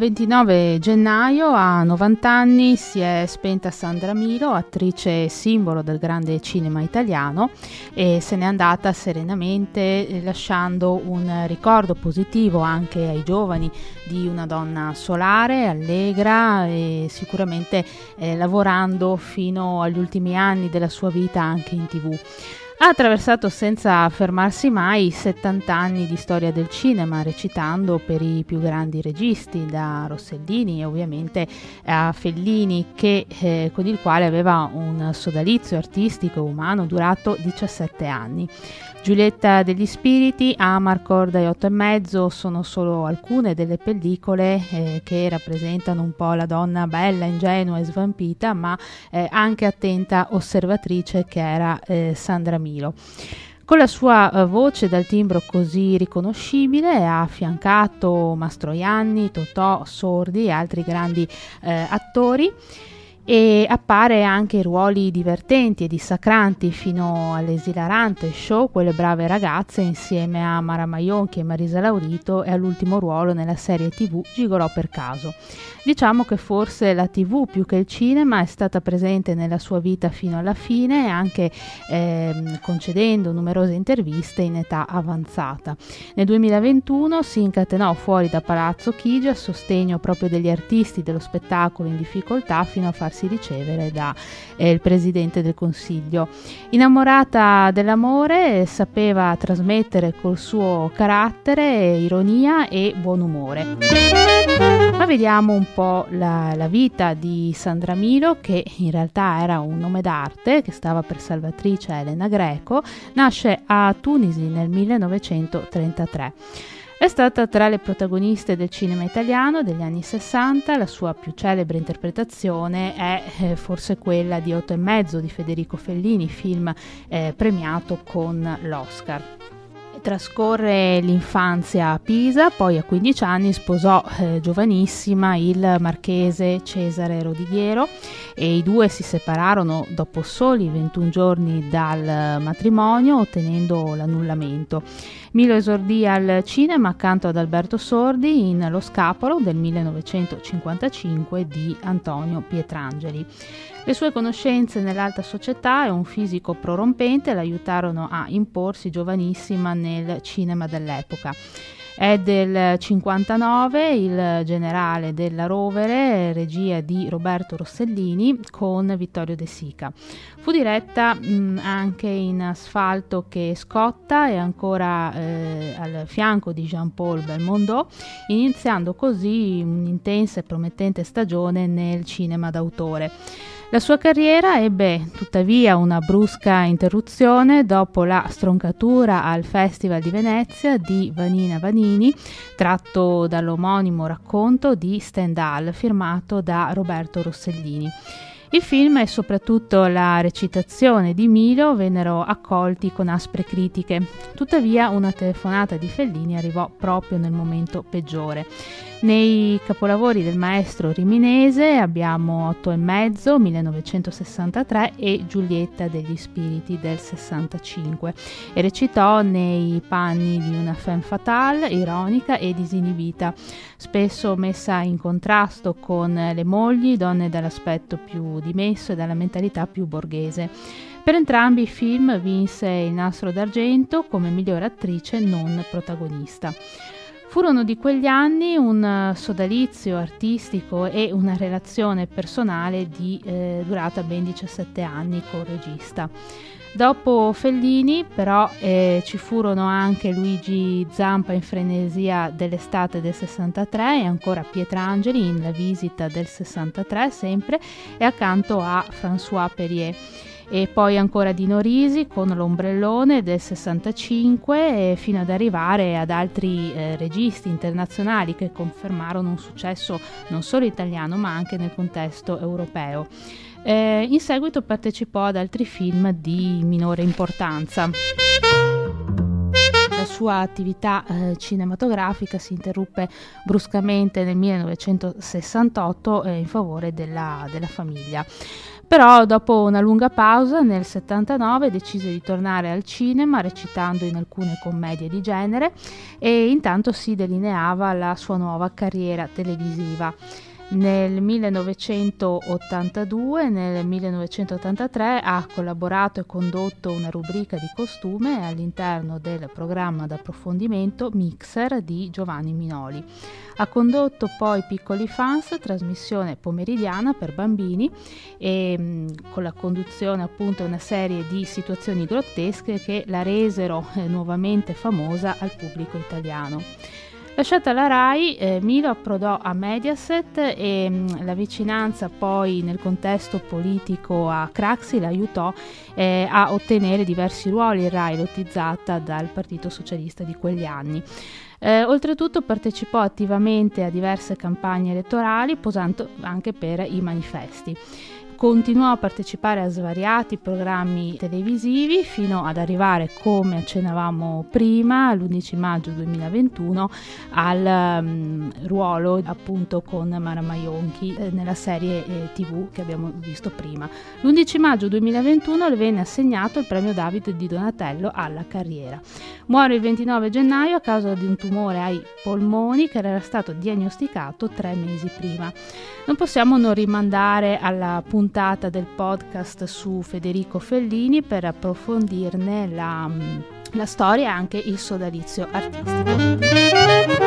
29 gennaio, a 90 anni, si è spenta Sandra Milo, attrice simbolo del grande cinema italiano, e se n'è andata serenamente, lasciando un ricordo positivo anche ai giovani di una donna solare, allegra e sicuramente lavorando fino agli ultimi anni della sua vita anche in TV. Ha attraversato senza fermarsi mai 70 anni di storia del cinema, recitando per i più grandi registi, da Rossellini e ovviamente a Fellini, con il quale aveva un sodalizio artistico e umano durato 17 anni. Giulietta degli Spiriti, Amarcord e 8 e mezzo sono solo alcune delle pellicole che rappresentano un po' la donna bella, ingenua e svampita, ma anche attenta osservatrice che era Sandra Milo. Con la sua voce dal timbro così riconoscibile ha affiancato Mastroianni, Totò, Sordi e altri grandi attori, e appare anche in ruoli divertenti e dissacranti fino all'esilarante show Quelle brave ragazze, insieme a Mara Maionchi e Marisa Laurito, e all'ultimo ruolo nella serie TV Gigolò per caso. Diciamo che forse la TV più che il cinema è stata presente nella sua vita fino alla fine, anche concedendo numerose interviste in età avanzata. Nel 2021 si incatenò fuori da Palazzo Chigi a sostegno proprio degli artisti dello spettacolo in difficoltà, fino a farsi ricevere da il Presidente del Consiglio. Innamorata dell'amore, sapeva trasmettere col suo carattere ironia e buon umore. Ma vediamo un po' la vita di Sandra Milo, che in realtà era un nome d'arte che stava per Salvatrice Elena Greco. Nasce a Tunisi nel 1933. È stata tra le protagoniste del cinema italiano degli anni 60. La sua più celebre interpretazione è forse quella di 8 e mezzo di Federico Fellini, film premiato con l'Oscar. Trascorre l'infanzia a Pisa, poi a 15 anni sposò giovanissima il marchese Cesare Rodighiero, e i due si separarono dopo soli 21 giorni dal matrimonio, ottenendo l'annullamento. Milo esordì al cinema accanto ad Alberto Sordi in Lo Scapolo del 1955 di Antonio Pietrangeli. Le sue conoscenze nell'alta società e un fisico prorompente l'aiutarono a imporsi giovanissima nel cinema dell'epoca. È del 59 Il generale della Rovere, regia di Roberto Rossellini con Vittorio De Sica. Fu diretta anche in Asfalto che scotta e ancora al fianco di Jean-Paul Belmondo, iniziando così un'intensa e promettente stagione nel cinema d'autore. La sua carriera ebbe tuttavia una brusca interruzione dopo la stroncatura al Festival di Venezia di Vanina Vanini, tratto dall'omonimo racconto di Stendhal firmato da Roberto Rossellini. Il film e soprattutto la recitazione di Milo vennero accolti con aspre critiche. Tuttavia una telefonata di Fellini arrivò proprio nel momento peggiore. Nei capolavori del maestro riminese abbiamo 8 e mezzo 1963 e Giulietta degli Spiriti del 65, e recitò nei panni di una femme fatale, ironica e disinibita, spesso messa in contrasto con le mogli, donne dall'aspetto più dimesso e dalla mentalità più borghese. Per entrambi i film vinse il Nastro d'Argento come miglior attrice non protagonista. Furono di quegli anni un sodalizio artistico e una relazione personale di durata ben 17 anni col regista. Dopo Fellini però ci furono anche Luigi Zampa in Frenesia dell'estate del 63 e ancora Pietrangeli in La visita del 63 sempre, e accanto a François Perrier. E poi ancora Dino Risi con L'ombrellone del 65, fino ad arrivare ad altri registi internazionali che confermarono un successo non solo italiano ma anche nel contesto europeo. In seguito partecipò ad altri film di minore importanza. La sua attività cinematografica si interruppe bruscamente nel 1968 in favore della famiglia. Però dopo una lunga pausa nel 79 decise di tornare al cinema recitando in alcune commedie di genere e intanto si delineava la sua nuova carriera televisiva. Nel 1982 e nel 1983 ha collaborato e condotto una rubrica di costume all'interno del programma d'approfondimento Mixer di Giovanni Minoli. Ha condotto poi Piccoli Fans, trasmissione pomeridiana per bambini e con la conduzione appunto una serie di situazioni grottesche che la resero nuovamente famosa al pubblico italiano. Lasciata la Rai, Milo approdò a Mediaset e la vicinanza poi nel contesto politico a Craxi l'aiutò a ottenere diversi ruoli in Rai, lotizzata dal Partito Socialista di quegli anni. Oltretutto partecipò attivamente a diverse campagne elettorali, posando anche per i manifesti. Continuò a partecipare a svariati programmi televisivi fino ad arrivare, come accennavamo prima, l'11 maggio 2021 al ruolo appunto con Mara Maionchi nella serie TV che abbiamo visto prima. L'11 maggio 2021 le venne assegnato il premio David di Donatello alla carriera. Muore il 29 gennaio a causa di un tumore ai polmoni che era stato diagnosticato 3 mesi prima. Non possiamo non rimandare alla puntata del podcast su Federico Fellini per approfondirne la storia e anche il sodalizio artistico.